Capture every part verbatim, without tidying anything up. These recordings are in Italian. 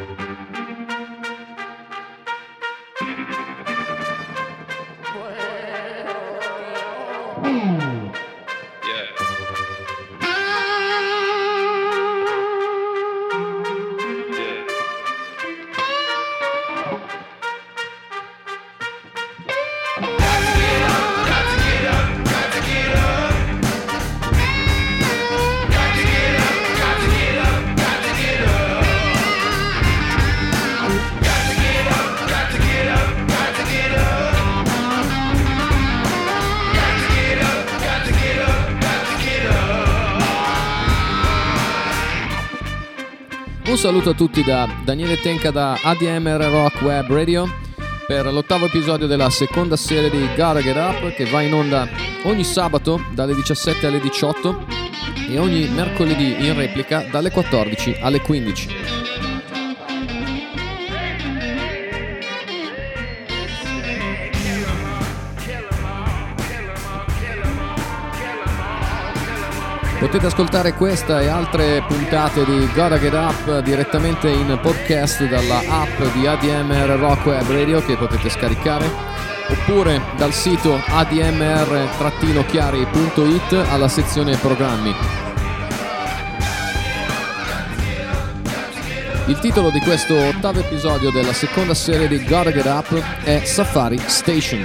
Un saluto a tutti da Daniele Tenca da A D M R Rock Web Radio per l'ottavo episodio della seconda serie di Gotta Get Up, che va in onda ogni sabato dalle diciassette alle diciotto e ogni mercoledì in replica dalle quattordici alle quindici. Potete ascoltare questa e altre puntate di Gotta Get Up direttamente in podcast dalla app di A D M R Rock Web Radio, che potete scaricare, oppure dal sito a d m r chiari punto i t alla sezione programmi. Il titolo di questo ottavo episodio della seconda serie di Gotta Get Up è Safari Station.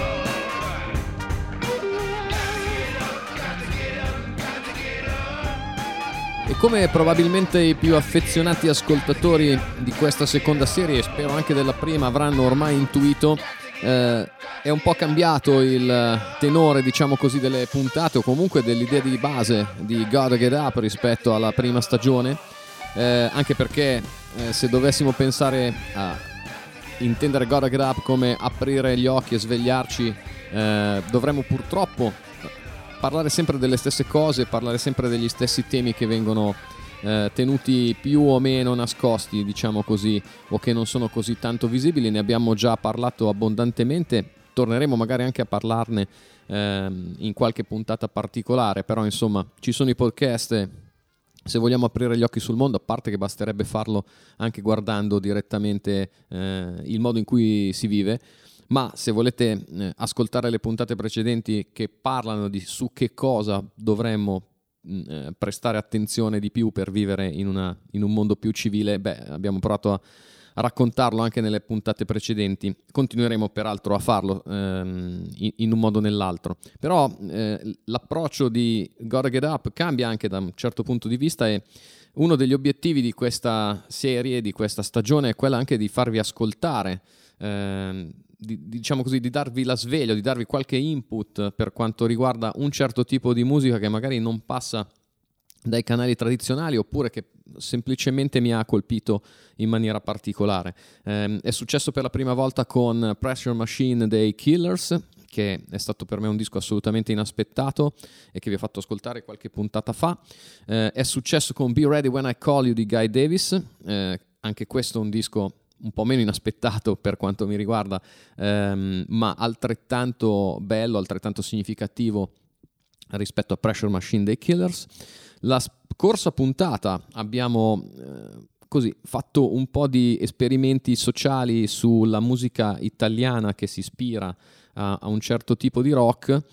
E come probabilmente i più affezionati ascoltatori di questa seconda serie, e spero anche della prima, avranno ormai intuito, eh, è un po' cambiato il tenore, diciamo così, delle puntate, o comunque dell'idea di base di Gotta Get Up rispetto alla prima stagione, eh, anche perché eh, se dovessimo pensare a intendere Gotta Get Up come aprire gli occhi e svegliarci, eh, dovremmo purtroppo parlare sempre delle stesse cose, parlare sempre degli stessi temi che vengono eh, tenuti più o meno nascosti, diciamo così, o che non sono così tanto visibili. Ne abbiamo già parlato abbondantemente, torneremo magari anche a parlarne ehm, in qualche puntata particolare, però insomma ci sono i podcast e se vogliamo aprire gli occhi sul mondo, a parte che basterebbe farlo anche guardando direttamente eh, il modo in cui si vive, ma se volete eh, ascoltare le puntate precedenti che parlano di su che cosa dovremmo eh, prestare attenzione di più per vivere in, una, in un mondo più civile, beh, abbiamo provato a, a raccontarlo anche nelle puntate precedenti. Continueremo peraltro a farlo ehm, in, in un modo o nell'altro. Però eh, l'approccio di Gotta Get Up cambia anche da un certo punto di vista, e uno degli obiettivi di questa serie, di questa stagione, è quella anche di farvi ascoltare, ehm, Di, diciamo così, di darvi la sveglia, di darvi qualche input per quanto riguarda un certo tipo di musica che magari non passa dai canali tradizionali, oppure che semplicemente mi ha colpito in maniera particolare. Eh, è successo per la prima volta con Pressure Machine dei Killers, che è stato per me un disco assolutamente inaspettato e che vi ho fatto ascoltare qualche puntata fa. Eh, è successo con Be Ready When I Call You di Guy Davis, eh, anche questo è un disco un po' meno inaspettato per quanto mi riguarda, ehm, ma altrettanto bello, altrettanto significativo rispetto a Pressure Machine dei Killers. La scorsa puntata abbiamo eh, così fatto un po' di esperimenti sociali sulla musica italiana che si ispira a, a un certo tipo di rock,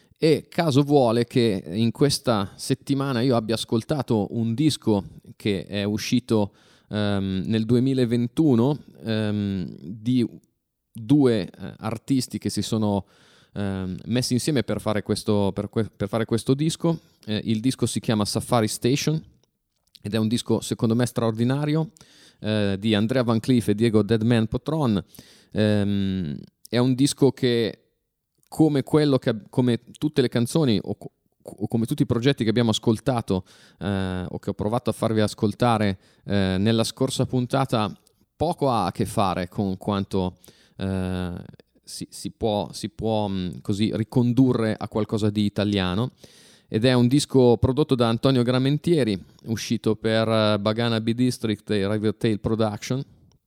e caso vuole che in questa settimana io abbia ascoltato un disco che è uscito Um, nel duemilaventuno um, di due uh, artisti che si sono um, messi insieme per fare questo, per que- per fare questo disco. Eh, il disco si chiama Safari Station ed è un disco secondo me straordinario, eh, di Andrea Van Cleef e Diego Deadman Potron. Um, è un disco che, come quello che, come tutte le canzoni o o come tutti i progetti che abbiamo ascoltato eh, o che ho provato a farvi ascoltare eh, nella scorsa puntata, poco ha a che fare con quanto eh, si, si può, si può mh, così ricondurre a qualcosa di italiano, ed è un disco prodotto da Antonio Gramentieri, uscito per uh, Bagana B District e Rivertail Production,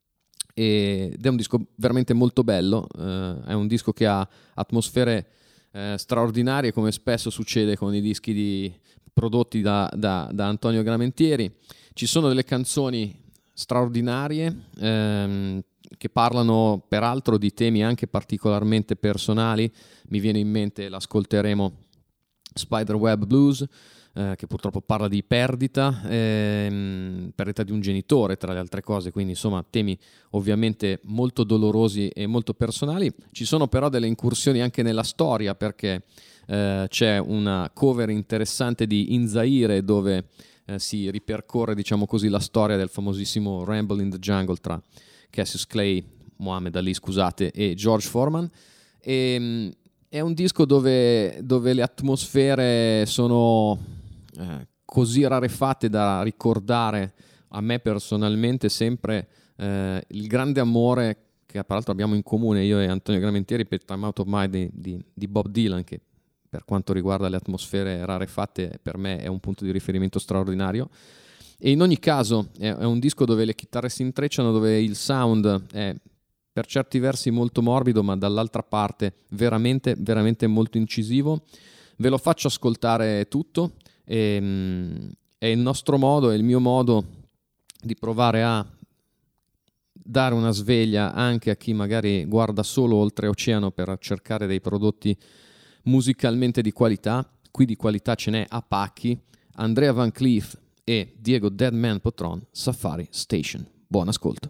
ed è un disco veramente molto bello. Eh, è un disco che ha atmosfere Eh, straordinarie, come spesso succede con i dischi di, prodotti da, da, da Antonio Gramentieri. Ci sono delle canzoni straordinarie ehm, che parlano peraltro di temi anche particolarmente personali. Mi viene in mente, l'ascolteremo, Spiderweb Blues, eh, che purtroppo parla di perdita, ehm, perdita di un genitore tra le altre cose, quindi insomma temi ovviamente molto dolorosi e molto personali. Ci sono però delle incursioni anche nella storia, perché eh, c'è una cover interessante di In Zaire dove eh, si ripercorre, diciamo così, la storia del famosissimo Ramble in the Jungle tra Cassius Clay, Muhammad Ali scusate, e George Foreman. E, mh, è un disco dove, dove le atmosfere sono eh, così rarefatte da ricordare a me personalmente sempre eh, il grande amore che peraltro abbiamo in comune io e Antonio Gramentieri per Time Out of Mind di, di, di Bob Dylan, che per quanto riguarda le atmosfere rarefatte per me è un punto di riferimento straordinario. E in ogni caso è, è un disco dove le chitarre si intrecciano, dove il sound è per certi versi molto morbido, ma dall'altra parte veramente, veramente molto incisivo. Ve lo faccio ascoltare tutto, e, mh, è il nostro modo, è il mio modo di provare a dare una sveglia anche a chi magari guarda solo oltreoceano per cercare dei prodotti musicalmente di qualità. Qui di qualità ce n'è a pacchi. Andrea Van Cleef e Diego Deadman Potron, Safari Station. Buon ascolto.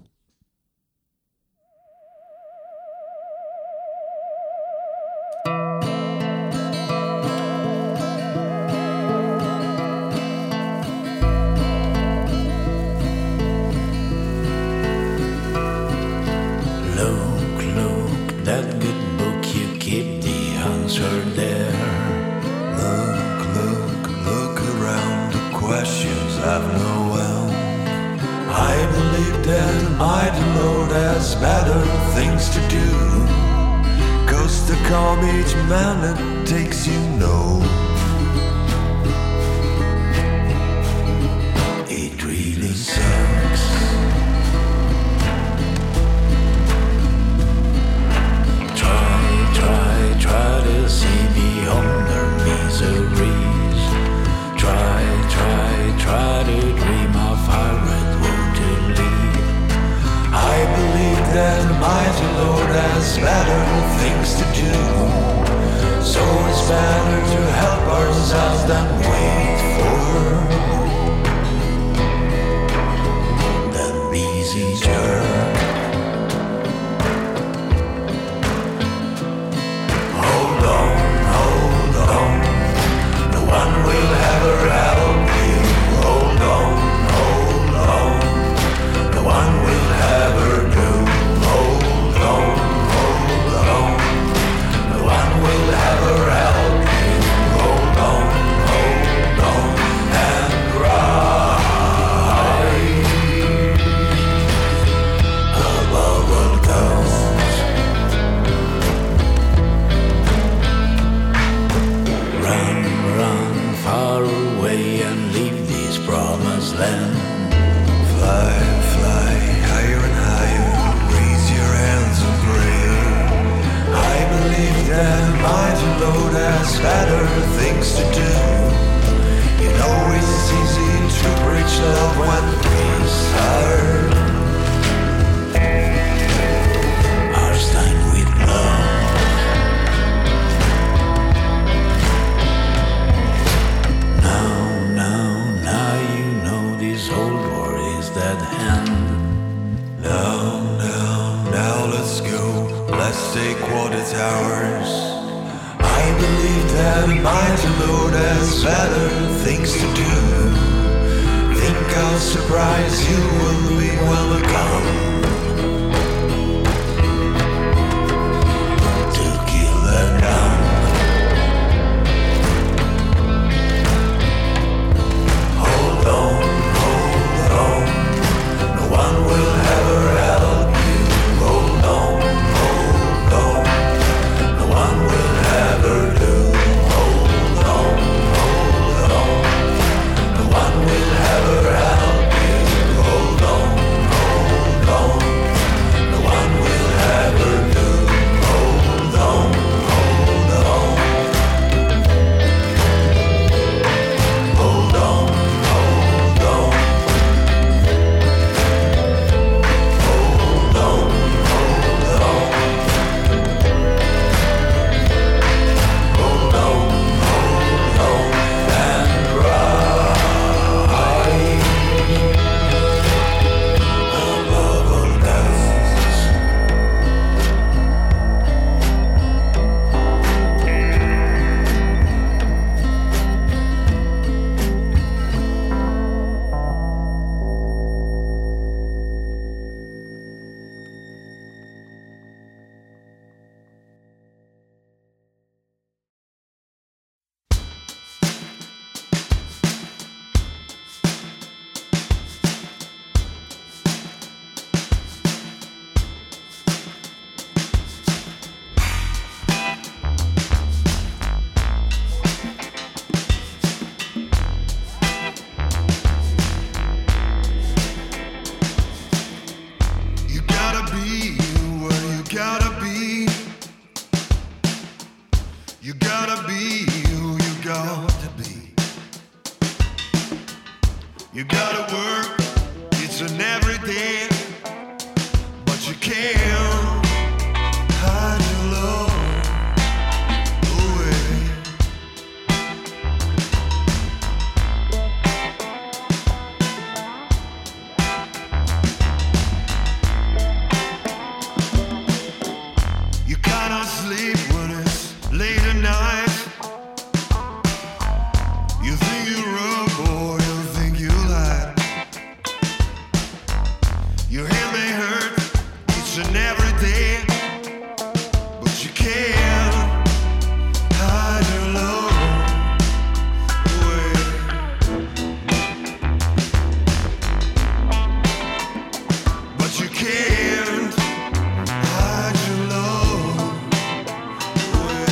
Look, look, that good book you keep the answer there. Look, look, look around, the questions I've no end. I believe that mighty Lord has better things to do. Cause the garbage man that takes you know. It really sucks. Try, try, try to see beyond their miseries. Try, try, try to dream of how it would to lead. I believe that mighty Lord has better things to do. So it's better to help ourselves than wait for that busy jerk. Hold on, hold on, no one will ever help you. Hold on, hold on, no one will ever do. Hold on, hold on, no one will ever help you. Hold on, hold on, and cry above all comes. Run, run far away and leave this promised land. Fly, fly higher and higher, raise your hands in prayer. I believe that mighty Lord has better things to do. You know it's easy to preach love when priests are are stained with love. Now, now, now you know this old war is at hand. Now, now, now let's go. Let's take what is ours. I believe that mighty Lord has better things to do. Think I'll surprise you will be welcome to kill them down. Hold on, hold on, no one will ever help you. Hold on, hold on, no one will ever do. Hold on, hold on, no one will ever help you. Hold on, hold on. Your head may hurt each and every day, but you can't hide your love away. But you can't hide your love away.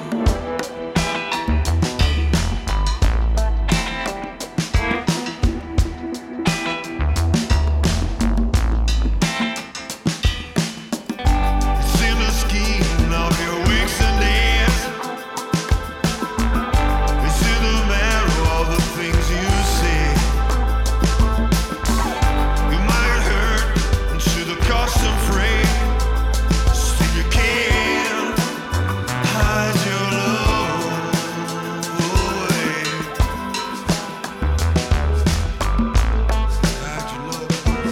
It's in the scheme of your weeks and days. It's in the marrow of the things you say. You might hurt into the custom frame, still you can't hide your love away. Hide your love away.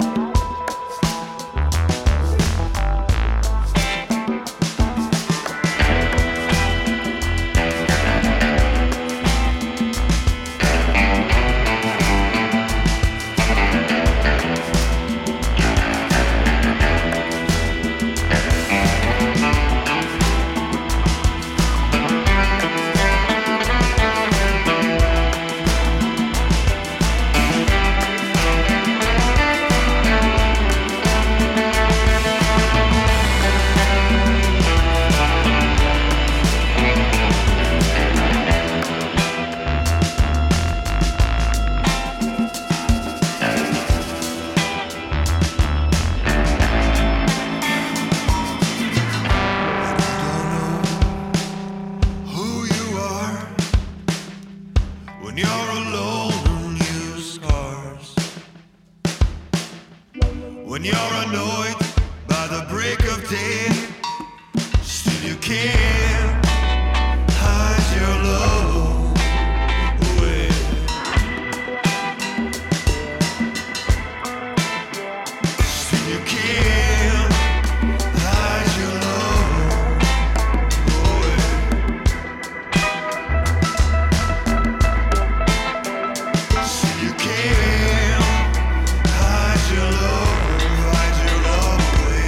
Who you are when you're alone and use scars, when you're annoyed by the break of day, still you can't hide your love away. Still you can't hide your love away. Still you can't hide your love, hide your love away.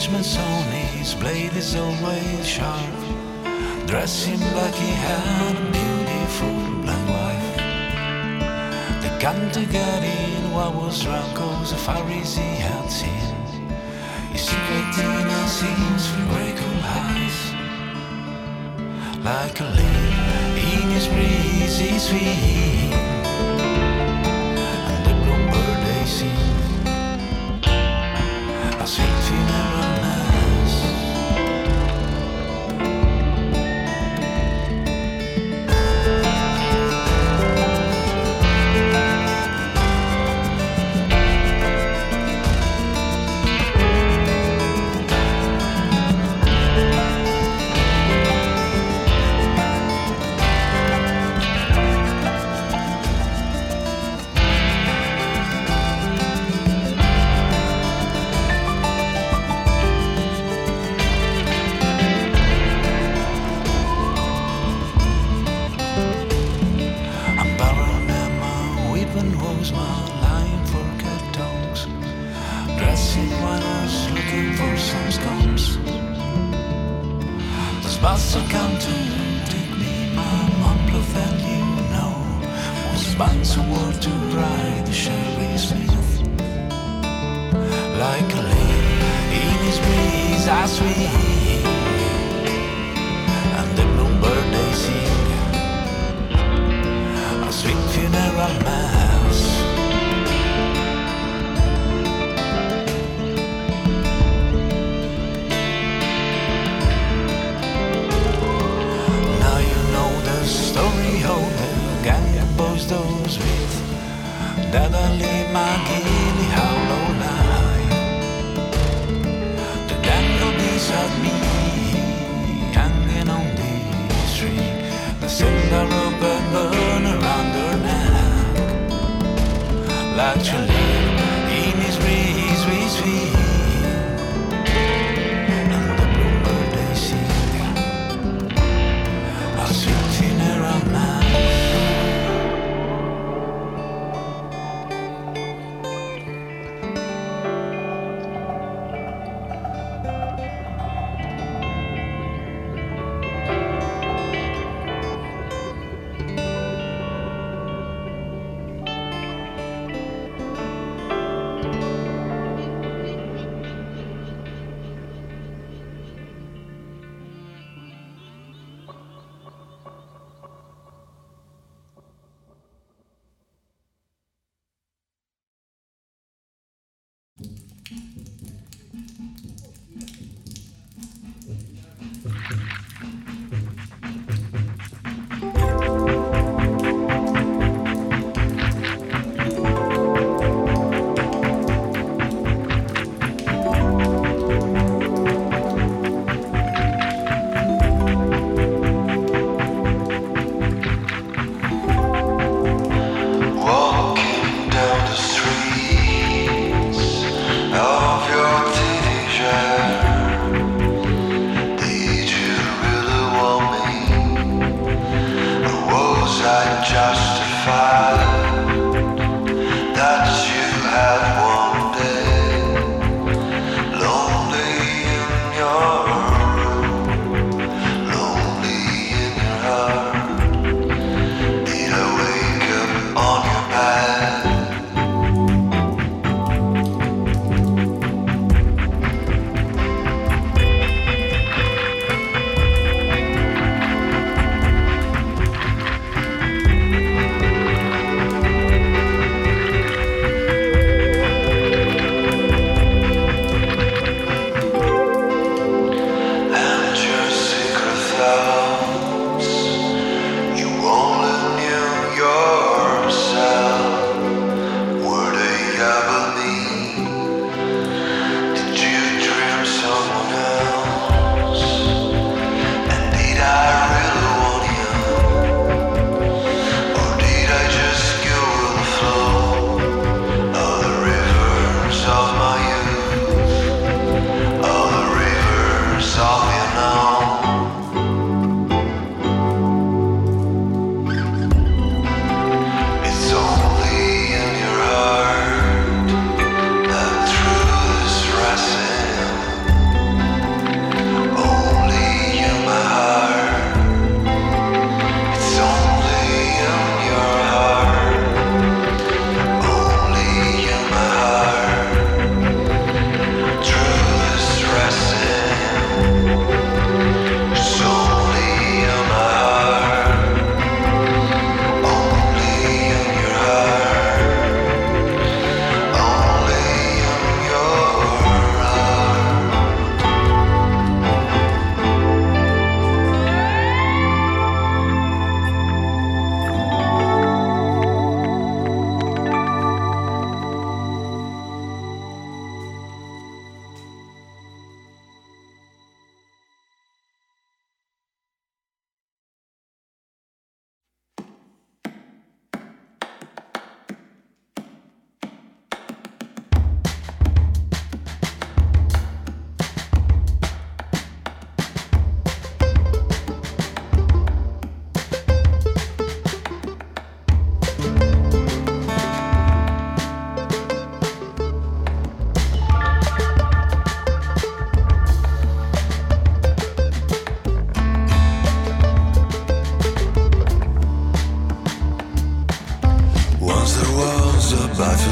judgments on his blade is always sharp. Dressed in black, he had a beautiful black wife. They come together in what was wrong, cause the Pharisee had seen. His secret dinner seems from grey cool eyes. Like a leaf in his breezy swing, and the bluebird they sing a sweet funeral mass. Bus will come to take me, my uncle, then you know. Was bound word to ride the Sherry Smith. Like a leaf in his breeze I swing, and the bluebird they sing a sweet funeral mass. Story how the gang of boys those with that I leave my gilly hollow line. The dangle beside me, hanging on the tree. The cinder rope and burn around her neck. Like she lived in his breeze we swing.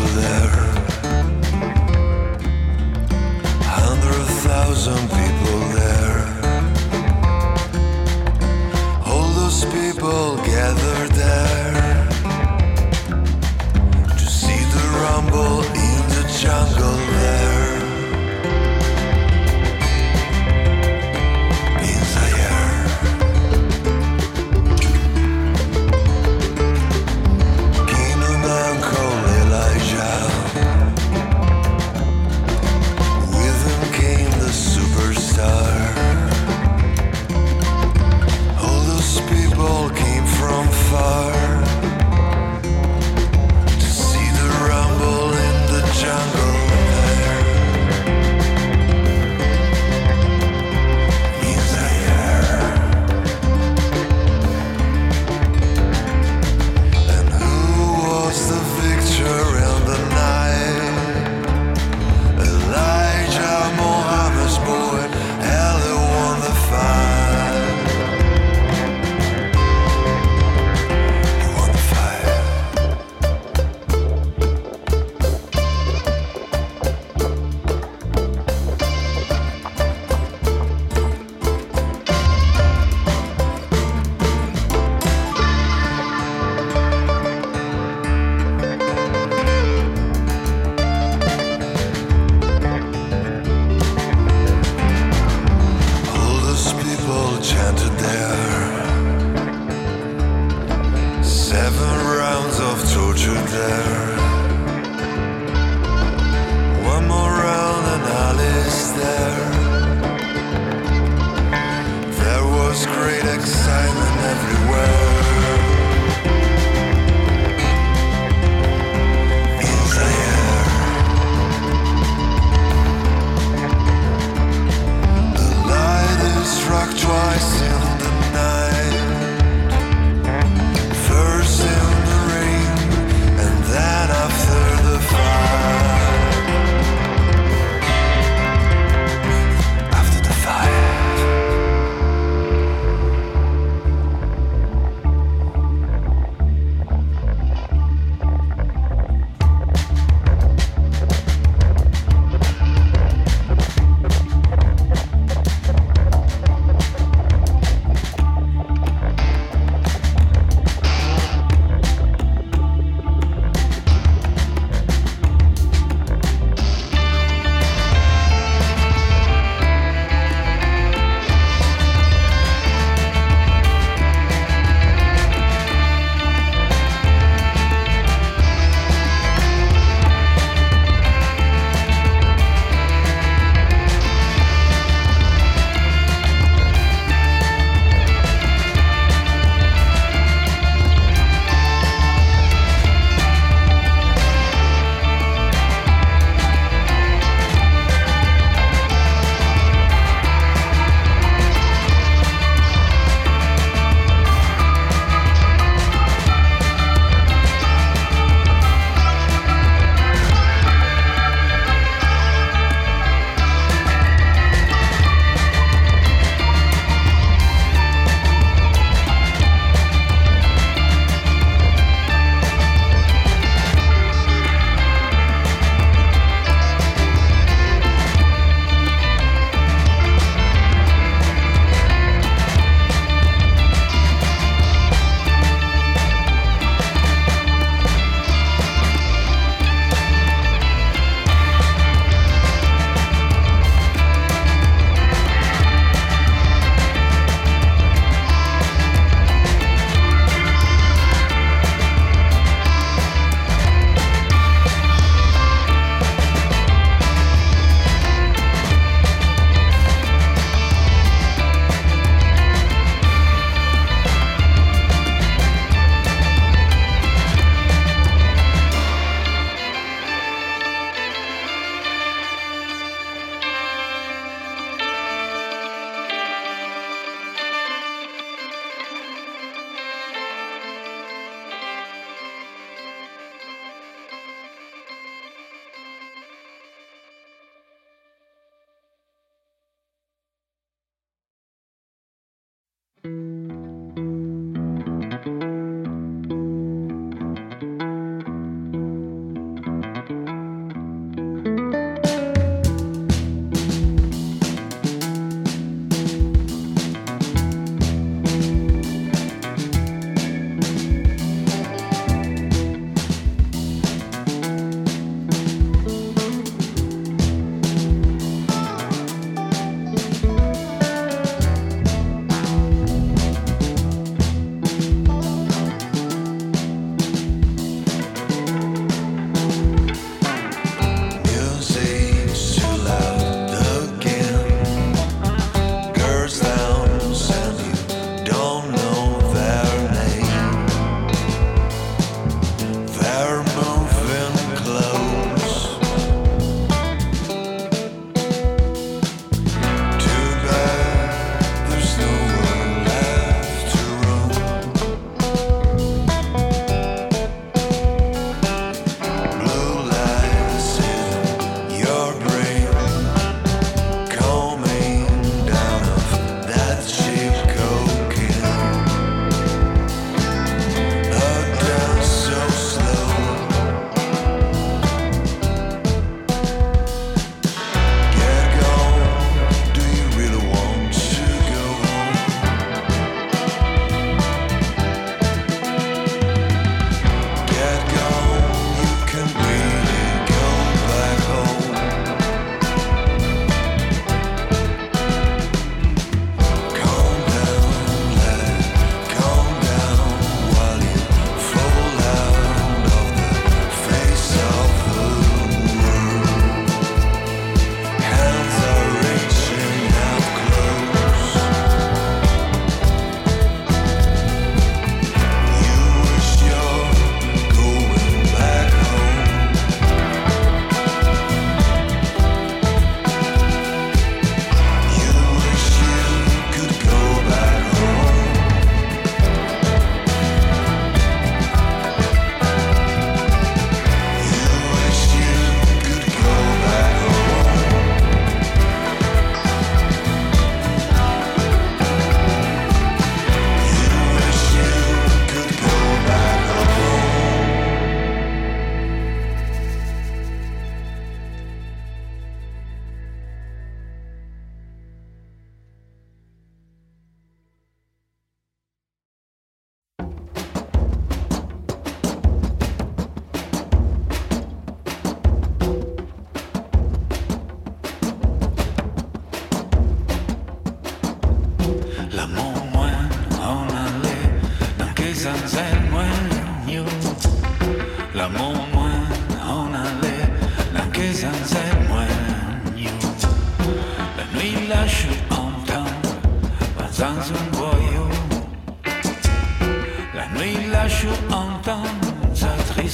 there. Hundred thousand people there. All those people gathered there to see the rumble in the jungle there. In Zaire. King and Uncle Elijah.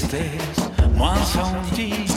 tristesse, moins sentie.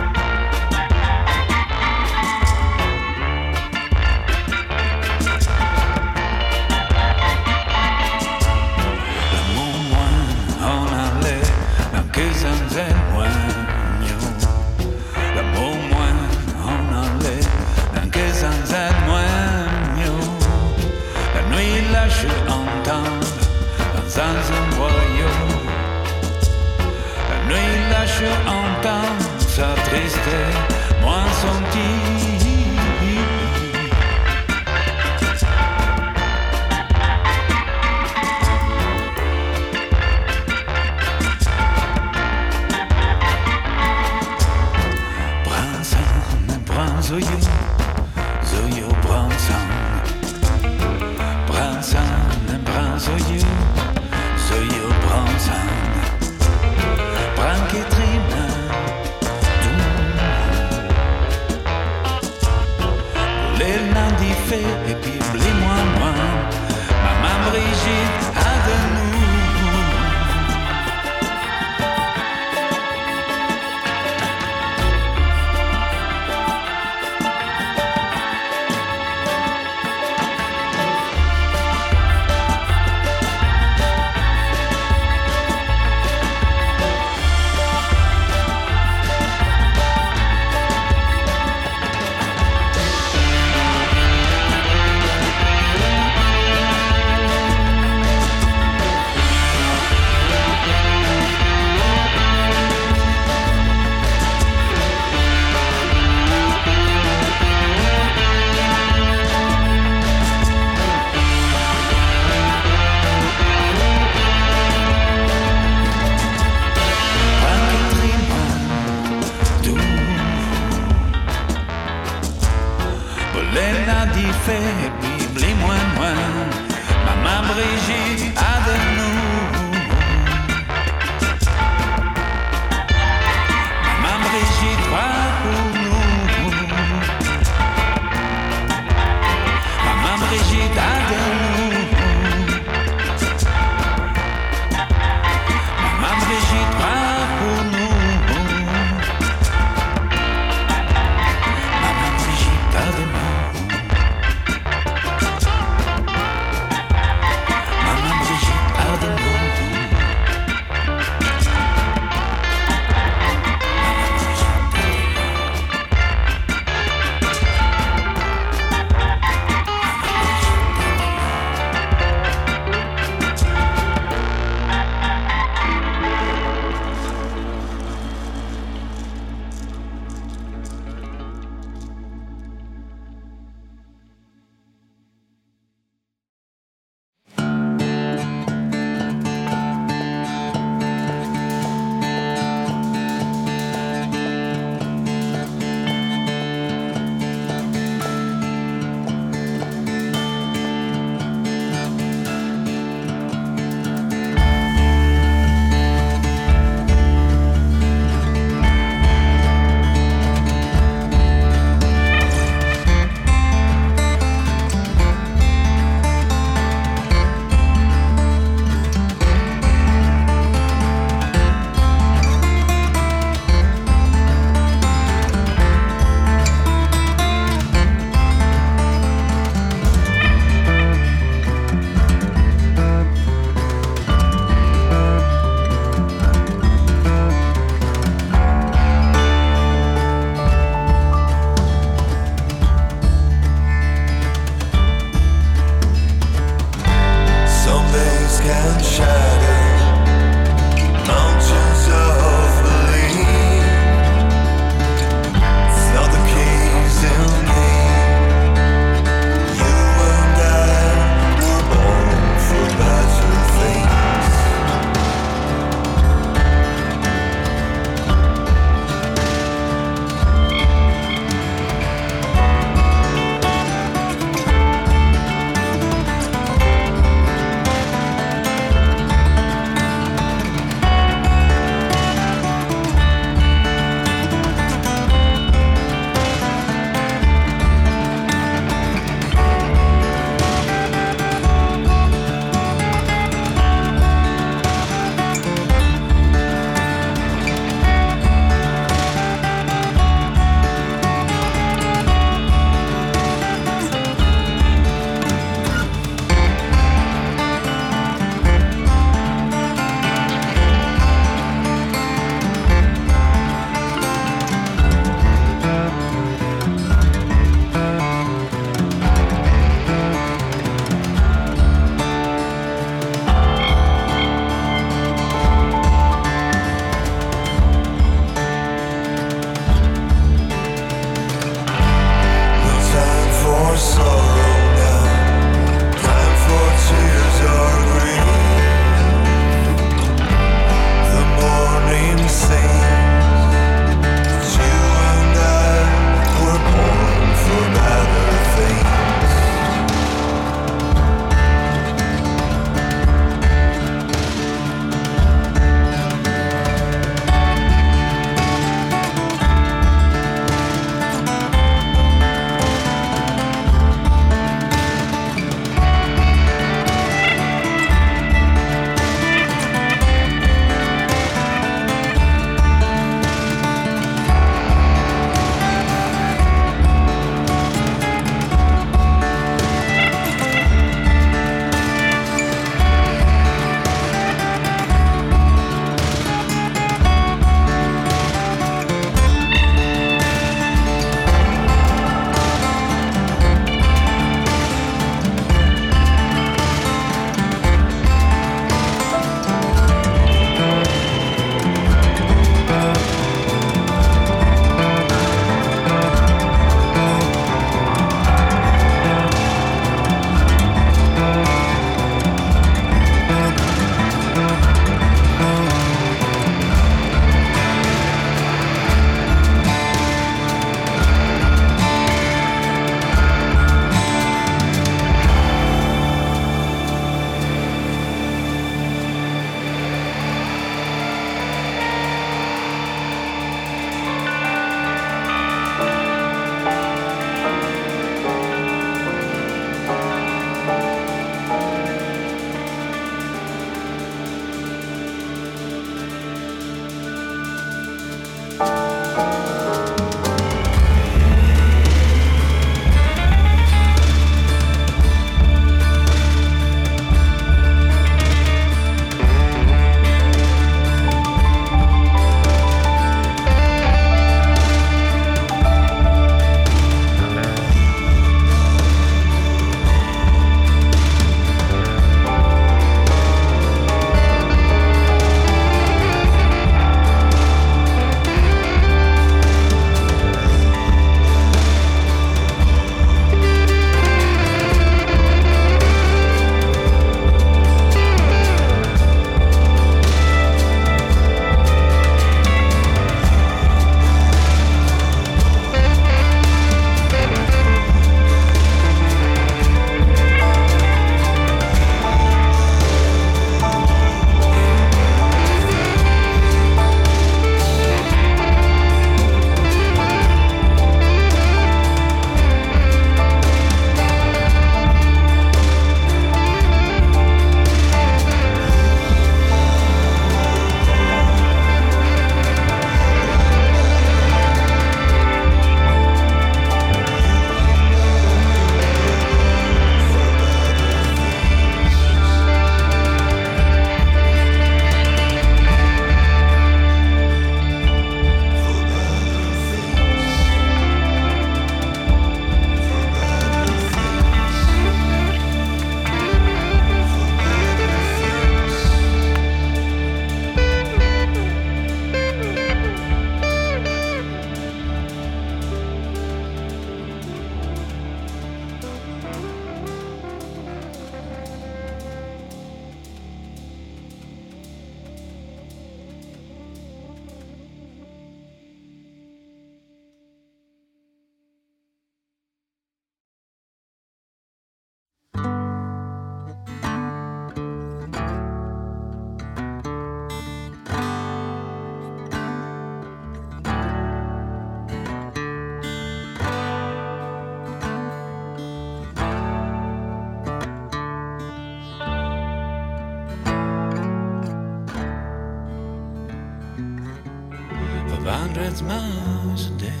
hundred miles a day,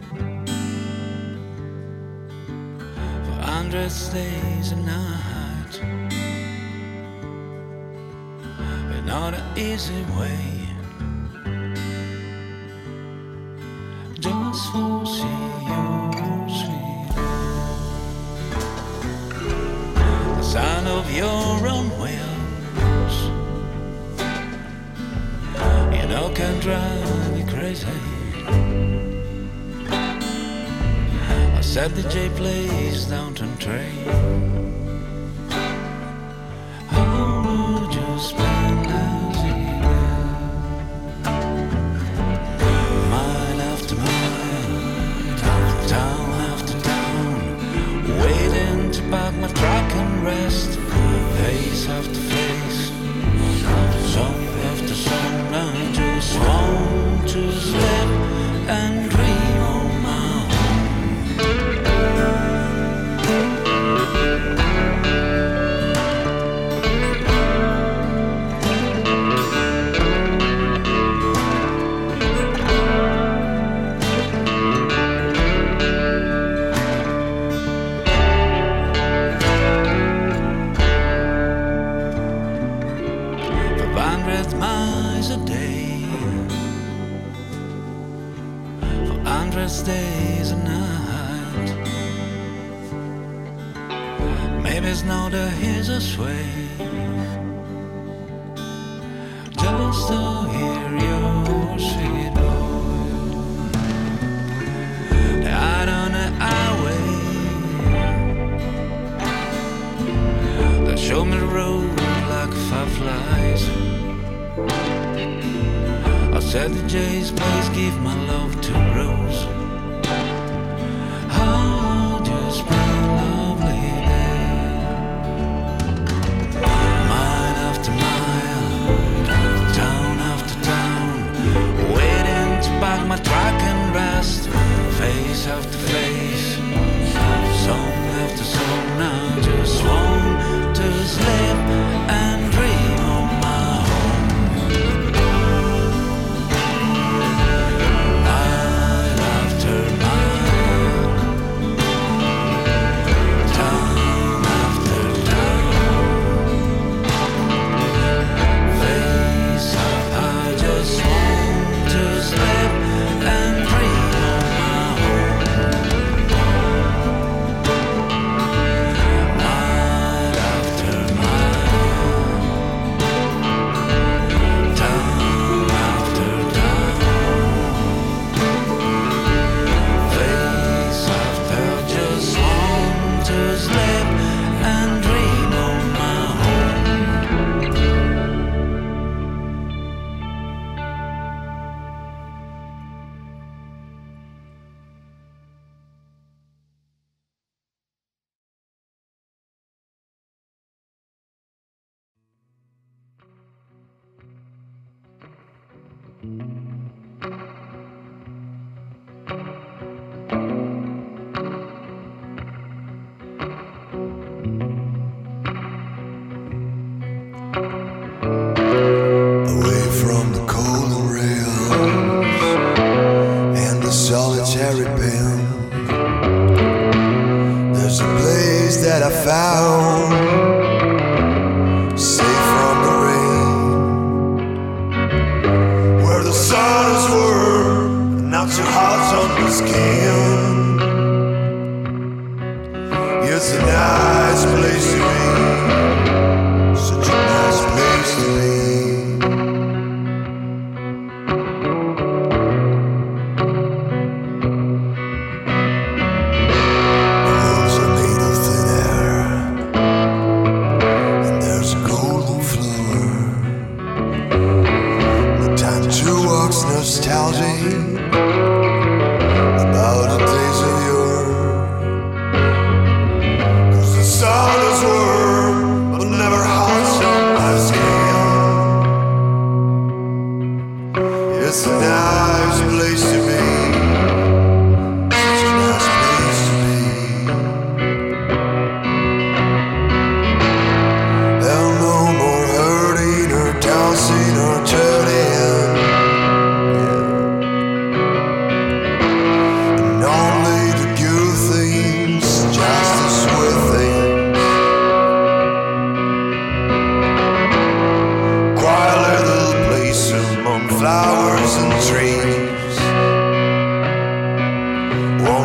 for hundreds days and nights, but not an easy way. Just for see your sweet, the sound of your own wheels, you know, can drive me crazy. I said the J plays downtown train. How would you spend as you go? Mile after mile, town after town, waiting to park my truck and rest, face after face, song after song. I just want to sleep and dream on my days and nights. Maybe it's not a easiest way, just to hear your sweet voice out on the highway that show me the road like fireflies. I said the J's place, give my love to Rose. Oh, just be lovely there. Mile after mile, town after town, waiting to park my truck and rest, face after face, song after song. Now just want to sleep and dream of my home. Mile after mile, town after town, face up. I just want to sleep and dream of my home. Mile after mile, town after town, face after. Just want to sleep and dream of my home. Away from the cold rails and the solitary pen, there's a place that I found, safe from the rain, where the sun is warm, not too hot on the skin. It's a nice place to be, such a nice place to be. The walls are made of thin air, and there's a golden floor. The time to walk's nostalgia about the days of yore. 'Cause the sun is warm,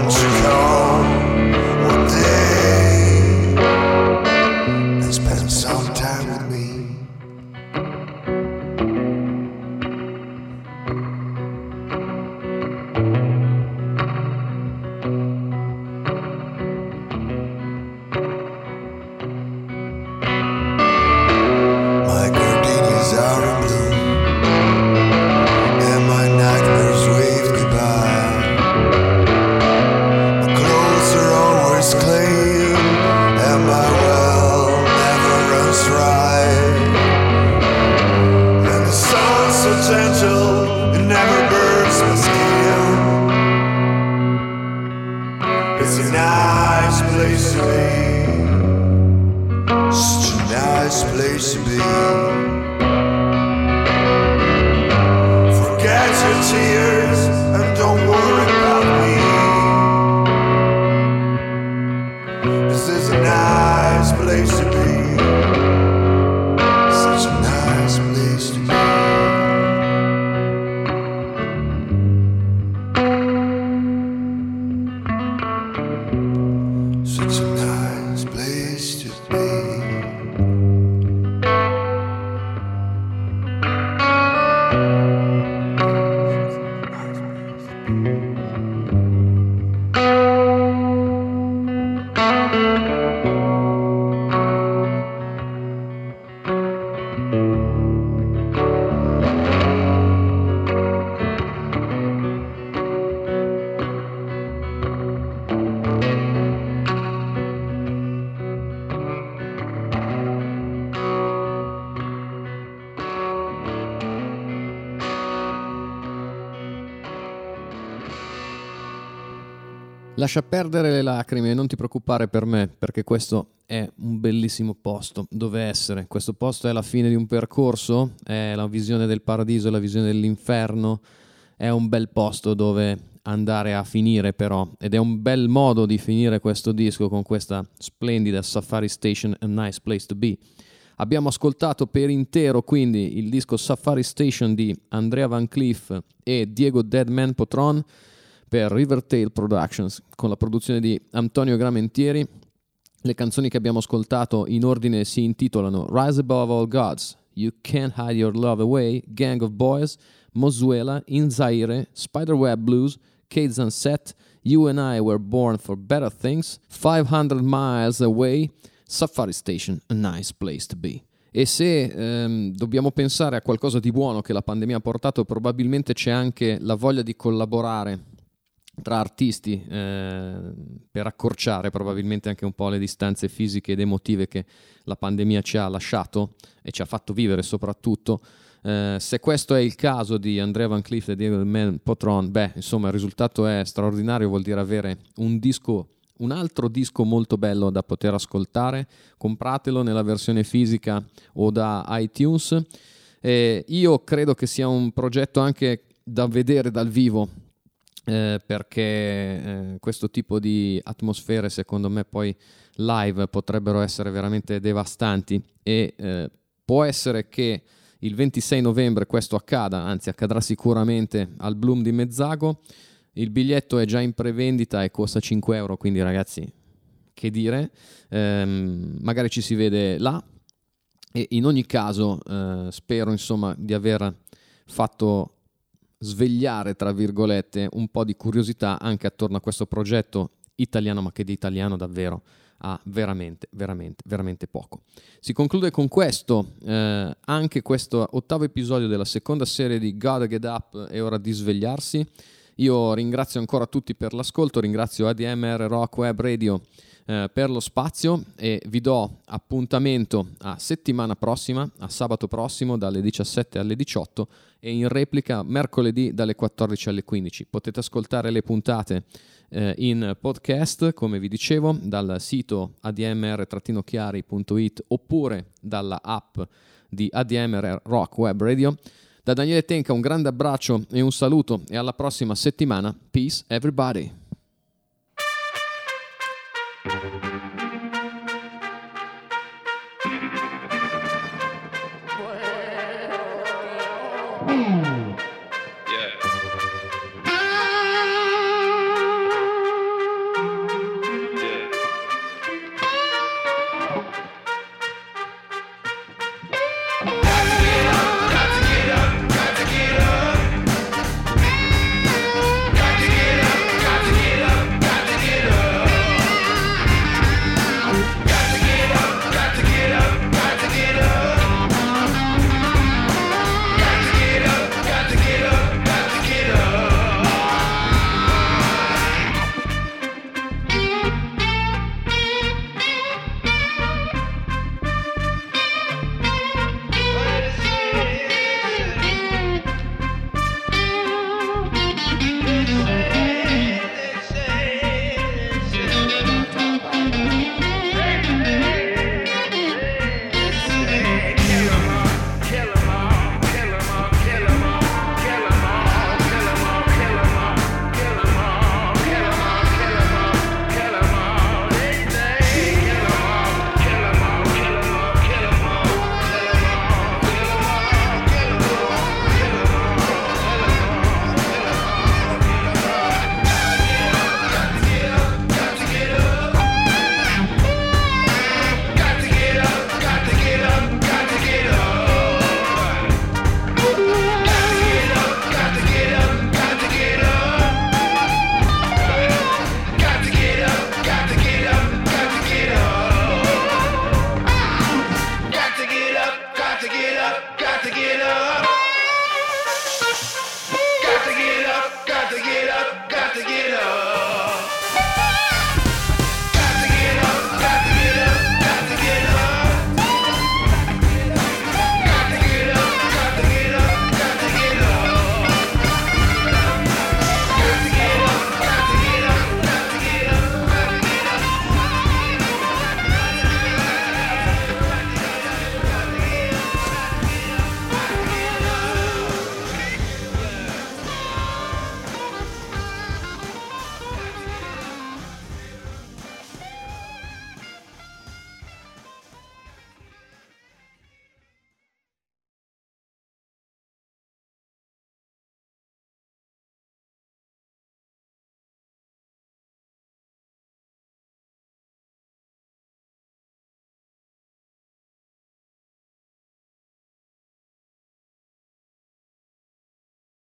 Won't you come one day and spend some time with me? My gardenias are in bloom and my nightmares wave goodbye. My clothes are always clean and my well never runs dry. And the sun's so gentle it never burns my skin. It's a nice place to be, such a nice place to be. Forget your tears and don't worry about me. This is a nice place to be, such a nice place to be. Such a nice place to be. Lascia perdere le lacrime e non ti preoccupare per me, perché questo è un bellissimo posto dove essere. Questo posto è la fine di un percorso, è la visione del paradiso, la visione dell'inferno, è un bel posto dove andare a finire però, ed è un bel modo di finire questo disco con questa splendida Safari Station, A Nice Place to Be. Abbiamo ascoltato per intero quindi il disco Safari Station di Andrea Van Cleef e Diego Deadman Potron per Rivertail Productions, con la produzione di Antonio Gramentieri. Le canzoni che abbiamo ascoltato in ordine si intitolano Rise Above All Gods, You Can't Hide Your Love Away, Gang of Boys, Mozuela, In Zaire, Spiderweb Blues, Kate Sunset, You and I Were Born for Better Things, five hundred Miles Away, Safari Station, A Nice Place to Be. E se ehm, dobbiamo pensare a qualcosa di buono che la pandemia ha portato, probabilmente c'è anche la voglia di collaborare tra artisti eh, per accorciare probabilmente anche un po' le distanze fisiche ed emotive che la pandemia ci ha lasciato e ci ha fatto vivere soprattutto. Eh, se questo è il caso di Andrea Van Cleef e Diego Man Potron, beh, insomma il risultato è straordinario, vuol dire avere un disco, un altro disco molto bello da poter ascoltare. Compratelo nella versione fisica o da iTunes. Eh, io credo che sia un progetto anche da vedere dal vivo, Eh, perché eh, questo tipo di atmosfere secondo me poi live potrebbero essere veramente devastanti e eh, può essere che il ventisei novembre questo accada, anzi accadrà sicuramente al Bloom di Mezzago. Il biglietto è già in prevendita e costa cinque euro, quindi ragazzi, che dire, ehm, magari ci si vede là. E in ogni caso eh, spero insomma di aver fatto svegliare, tra virgolette, un po' di curiosità anche attorno a questo progetto italiano, ma che di italiano davvero ha veramente, veramente, veramente poco. Si conclude con questo, eh, anche questo ottavo episodio della seconda serie di Gotta Get Up, è ora di svegliarsi. Io ringrazio ancora tutti per l'ascolto, ringrazio A D M R Rock Web Radio eh, per lo spazio e vi do appuntamento a settimana prossima, a sabato prossimo dalle diciassette alle diciotto e in replica mercoledì dalle quattordici alle quindici. Potete ascoltare le puntate eh, in podcast, come vi dicevo, dal sito a d m r chiari punto it oppure dalla app di A D M R Rock Web Radio. Da Daniele Tenca un grande abbraccio e un saluto e alla prossima settimana. Peace everybody!